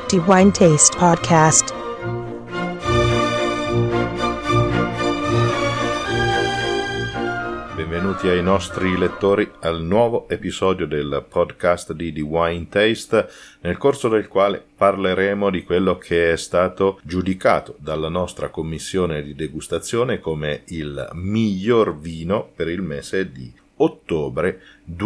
The Wine Taste Podcast. Benvenuti ai nostri lettori al nuovo episodio del podcast di The Wine Taste, nel corso del quale parleremo di quello che è stato giudicato dalla nostra commissione di degustazione come il miglior vino per il mese di ottobre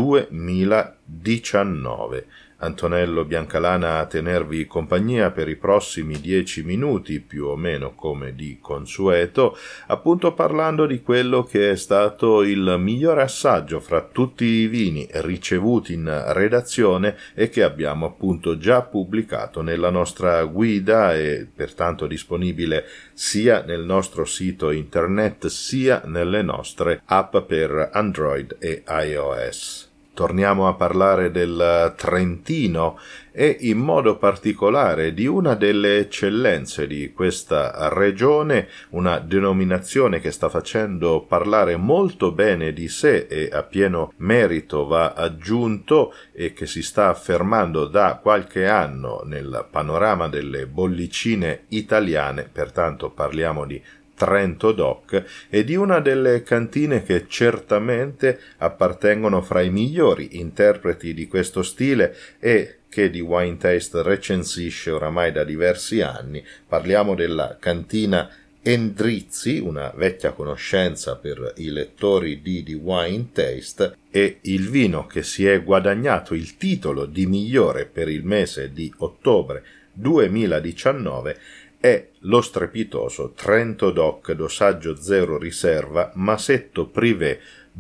2019. Antonello Biancalana a tenervi compagnia per i prossimi 10 minuti, più o meno come di consueto, appunto parlando di quello che è stato il migliore assaggio fra tutti i vini ricevuti in redazione e che abbiamo appunto già pubblicato nella nostra guida e pertanto disponibile sia nel nostro sito internet sia nelle nostre app per Android e iOS. Torniamo a parlare del Trentino e in modo particolare di una delle eccellenze di questa regione, una denominazione che sta facendo parlare molto bene di sé e a pieno merito va aggiunto e che si sta affermando da qualche anno nel panorama delle bollicine italiane, pertanto parliamo di Trento DOC e di una delle cantine che certamente appartengono fra i migliori interpreti di questo stile e che The Wine Taste recensisce oramai da diversi anni. Parliamo della cantina Endrizzi, una vecchia conoscenza per i lettori di The Wine Taste, e il vino che si è guadagnato il titolo di migliore per il mese di ottobre 2019 è lo strepitoso Trento DOC dosaggio 0 riserva Masetto Privé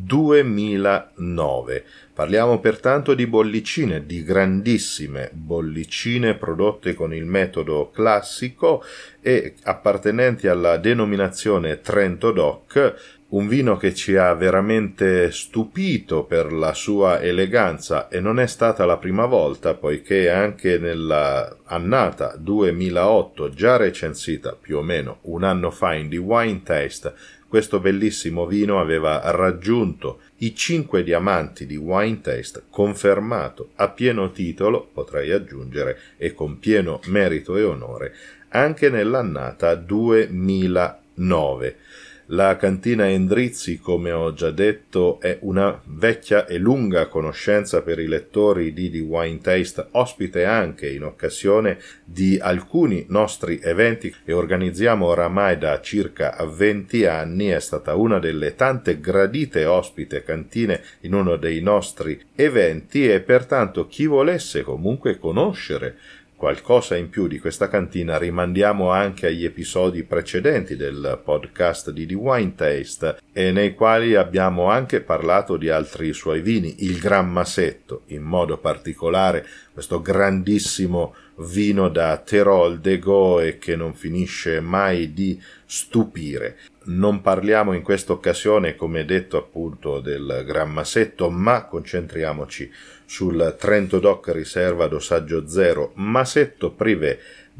2009. Parliamo pertanto di bollicine, di grandissime bollicine prodotte con il metodo classico e appartenenti alla denominazione Trento DOC, un vino che ci ha veramente stupito per la sua eleganza e non è stata la prima volta, poiché anche nella annata 2008, già recensita più o meno un anno fa in The Wine Taste, questo bellissimo vino aveva raggiunto i 5 diamanti di Wine Taste, confermato a pieno titolo, potrei aggiungere, e con pieno merito e onore, anche nell'annata 2009. La cantina Endrizzi, come ho già detto, è una vecchia e lunga conoscenza per i lettori di The Wine Taste, ospite anche in occasione di alcuni nostri eventi che organizziamo oramai da circa 20 anni. È stata una delle tante gradite ospite cantine in uno dei nostri eventi e pertanto chi volesse comunque conoscere qualcosa in più di questa cantina rimandiamo anche agli episodi precedenti del podcast di The Wine Taste e nei quali abbiamo anche parlato di altri suoi vini, il Gran Masetto in modo particolare, questo grandissimo vino da Terol de Goe che non finisce mai di stupire. Non parliamo in questa occasione, come detto appunto, del Gran Masetto, ma concentriamoci sul Trento DOC riserva dosaggio 0 Masetto Privé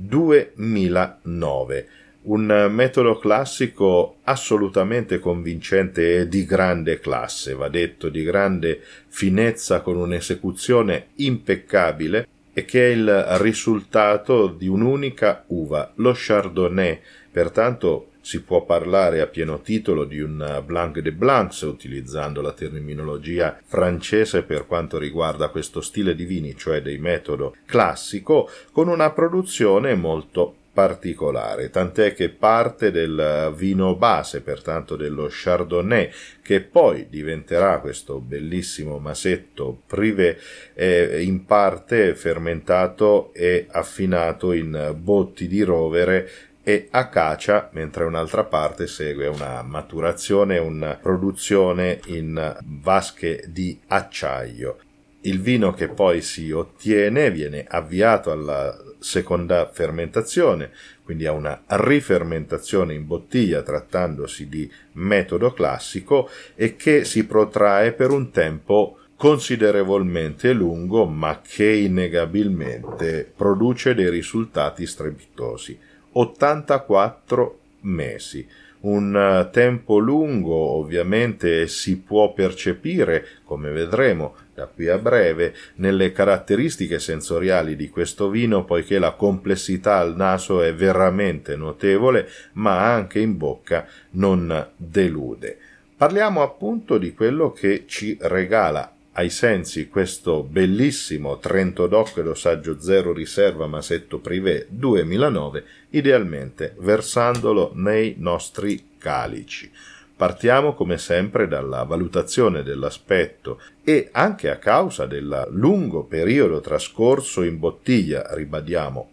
2009. Un metodo classico assolutamente convincente e di grande classe, va detto, di grande finezza, con un'esecuzione impeccabile e che è il risultato di un'unica uva, lo Chardonnay. Pertanto si può parlare a pieno titolo di un Blanc de Blancs, utilizzando la terminologia francese per quanto riguarda questo stile di vini, cioè del metodo classico, con una produzione molto particolare, tant'è che parte del vino base, pertanto dello Chardonnay, che poi diventerà questo bellissimo Masetto Privé, in parte fermentato e affinato in botti di rovere e acacia, mentre un'altra parte segue una maturazione e una produzione in vasche di acciaio. Il vino che poi si ottiene viene avviato alla seconda fermentazione, quindi a una rifermentazione in bottiglia trattandosi di metodo classico e che si protrae per un tempo considerevolmente lungo, ma che innegabilmente produce dei risultati strepitosi. 84 mesi, un tempo lungo ovviamente si può percepire, come vedremo da qui a breve, nelle caratteristiche sensoriali di questo vino, poiché la complessità al naso è veramente notevole, ma anche in bocca non delude. Parliamo appunto di quello che ci regala ai sensi questo bellissimo Trento DOC Dosaggio 0 Riserva Masetto Privé 2009, idealmente versandolo nei nostri calici. Partiamo come sempre dalla valutazione dell'aspetto e anche a causa del lungo periodo trascorso in bottiglia, ribadiamo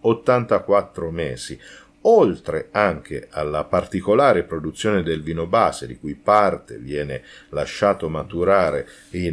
84 mesi, oltre anche alla particolare produzione del vino base, di cui parte viene lasciato maturare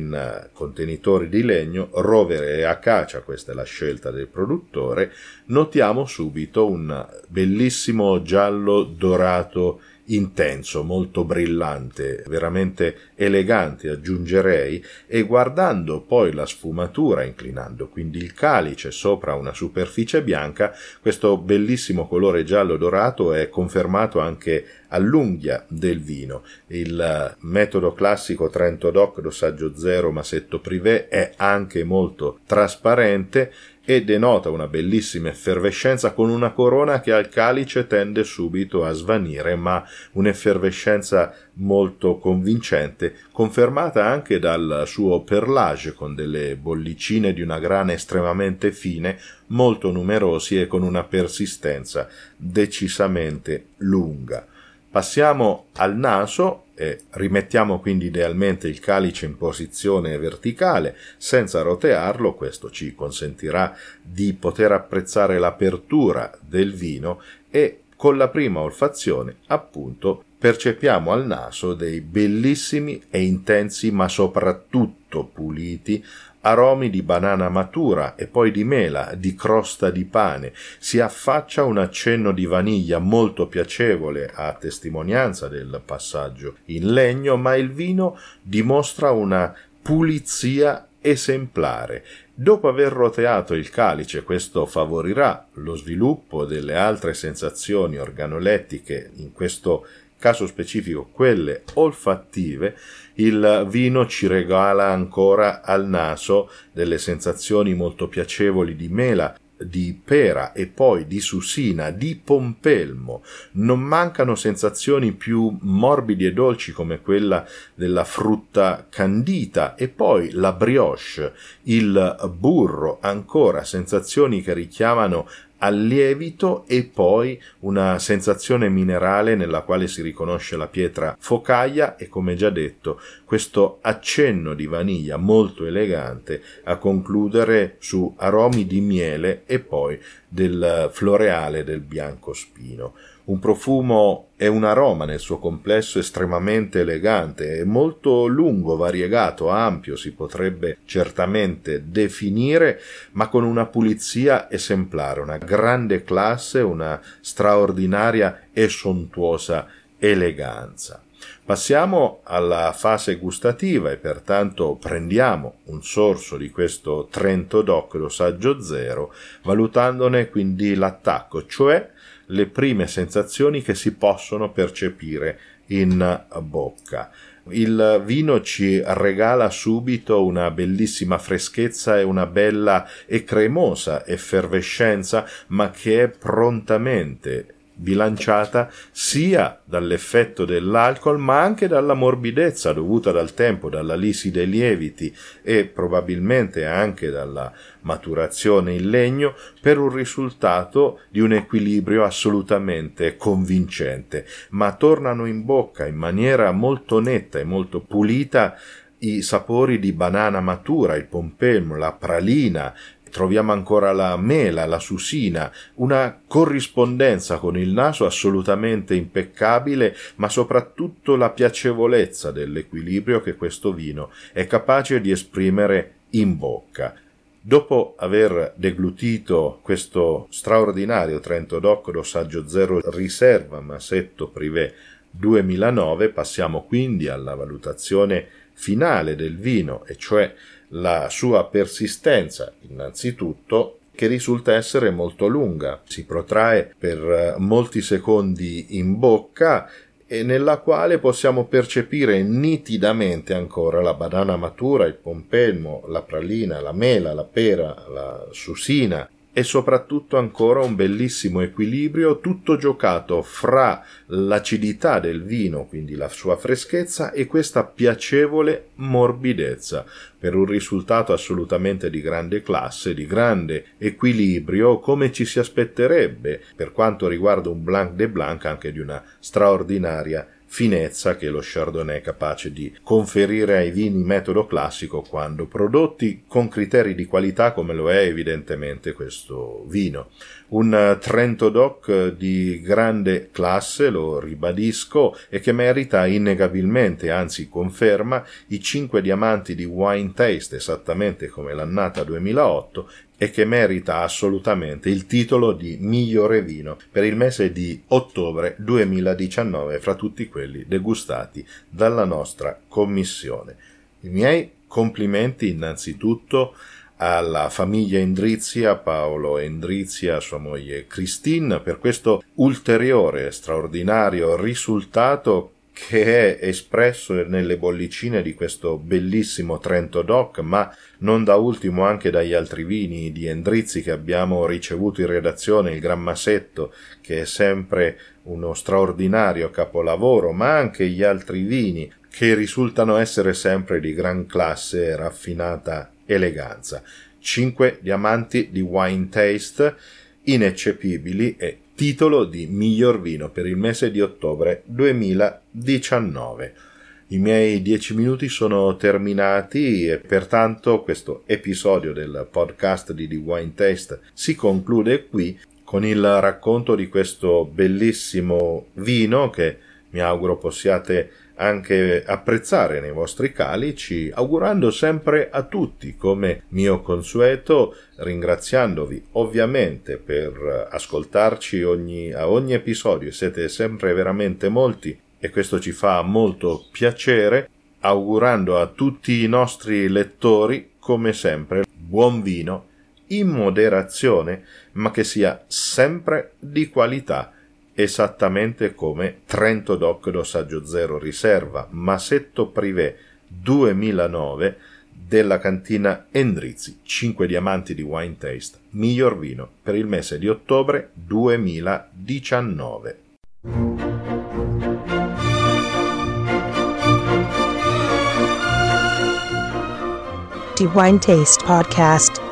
in contenitori di legno, rovere e acacia, questa è la scelta del produttore, notiamo subito un bellissimo giallo dorato intenso, molto brillante, veramente elegante aggiungerei, e guardando poi la sfumatura, inclinando quindi il calice sopra una superficie bianca, questo bellissimo colore giallo dorato è confermato anche all'unghia del vino. Il metodo classico Trento DOC Dosaggio 0 Masetto Privé è anche molto trasparente e denota una bellissima effervescenza con una corona che al calice tende subito a svanire, ma un'effervescenza molto convincente, confermata anche dal suo perlage con delle bollicine di una grana estremamente fine, molto numerosi e con una persistenza decisamente lunga. Passiamo al naso e rimettiamo quindi idealmente il calice in posizione verticale senza rotearlo. Questo ci consentirà di poter apprezzare l'apertura del vino e con la prima olfazione appunto percepiamo al naso dei bellissimi e intensi ma soprattutto puliti aromi di banana matura e poi di mela, di crosta di pane. Si affaccia un accenno di vaniglia molto piacevole a testimonianza del passaggio in legno, ma il vino dimostra una pulizia esemplare. Dopo aver roteato il calice, questo favorirà lo sviluppo delle altre sensazioni organolettiche, in questo caso specifico quelle olfattive. Il vino ci regala ancora al naso delle sensazioni molto piacevoli di mela, di pera e poi di susina, di pompelmo. Non mancano sensazioni più morbidi e dolci come quella della frutta candita e poi la brioche, il burro, ancora sensazioni che richiamano al lievito e poi una sensazione minerale nella quale si riconosce la pietra focaia e, come già detto, questo accenno di vaniglia molto elegante a concludere su aromi di miele e poi del floreale del biancospino. Un profumo e un aroma nel suo complesso estremamente elegante e molto lungo, variegato, ampio, si potrebbe certamente definire, ma con una pulizia esemplare, una grande classe, una straordinaria e sontuosa eleganza. Passiamo alla fase gustativa e pertanto prendiamo un sorso di questo Trento DOC Dosaggio 0, valutandone quindi l'attacco, cioè le prime sensazioni che si possono percepire in bocca. Il vino ci regala subito una bellissima freschezza e una bella e cremosa effervescenza, ma che è prontamente bilanciata sia dall'effetto dell'alcol ma anche dalla morbidezza dovuta dal tempo, dalla lisi dei lieviti e probabilmente anche dalla maturazione in legno, per un risultato di un equilibrio assolutamente convincente. Ma tornano in bocca in maniera molto netta e molto pulita i sapori di banana matura, il pompelmo, la pralina. Troviamo ancora la mela, la susina, una corrispondenza con il naso assolutamente impeccabile, ma soprattutto la piacevolezza dell'equilibrio che questo vino è capace di esprimere in bocca. Dopo aver deglutito questo straordinario Trento DOC Dosaggio 0 Riserva Masetto Privé 2009, passiamo quindi alla valutazione finale del vino, e cioè la sua persistenza, innanzitutto, che risulta essere molto lunga, si protrae per molti secondi in bocca e nella quale possiamo percepire nitidamente ancora la banana matura, il pompelmo, la pralina, la mela, la pera, la susina e soprattutto ancora un bellissimo equilibrio, tutto giocato fra l'acidità del vino, quindi la sua freschezza, e questa piacevole morbidezza, per un risultato assolutamente di grande classe, di grande equilibrio, come ci si aspetterebbe per quanto riguarda un Blanc de Blanc, anche di una straordinaria finezza che lo Chardonnay è capace di conferire ai vini metodo classico quando prodotti con criteri di qualità, come lo è evidentemente questo vino. Un Trento DOC di grande classe, lo ribadisco, e che merita innegabilmente, anzi conferma, i 5 diamanti di Wine Taste, esattamente come l'annata 2008, e che merita assolutamente il titolo di migliore vino per il mese di ottobre 2019 fra tutti quelli degustati dalla nostra commissione. I miei complimenti innanzitutto alla famiglia Endrizzi, a Paolo Endrizzi, a sua moglie Christine, per questo ulteriore straordinario risultato che è espresso nelle bollicine di questo bellissimo Trento DOC, ma non da ultimo anche dagli altri vini di Endrizzi che abbiamo ricevuto in redazione, il Gran Masetto, che è sempre uno straordinario capolavoro, ma anche gli altri vini che risultano essere sempre di gran classe e raffinata eleganza. 5 diamanti di Wine Taste ineccepibili e titolo di miglior vino per il mese di ottobre 2019. I miei 10 minuti sono terminati e pertanto questo episodio del podcast di The Wine Taste si conclude qui con il racconto di questo bellissimo vino che mi auguro possiate anche apprezzare nei vostri calici, augurando sempre a tutti, come mio consueto, ringraziandovi ovviamente per ascoltarci a ogni episodio, siete sempre veramente molti e questo ci fa molto piacere, augurando a tutti i nostri lettori, come sempre, buon vino, in moderazione, ma che sia sempre di qualità, esattamente come Trento DOC Dossaggio Zero Riserva Masetto Privé 2009 della cantina Endrizzi, 5 diamanti di Wine Taste, miglior vino per il mese di ottobre 2019. The Wine Taste Podcast.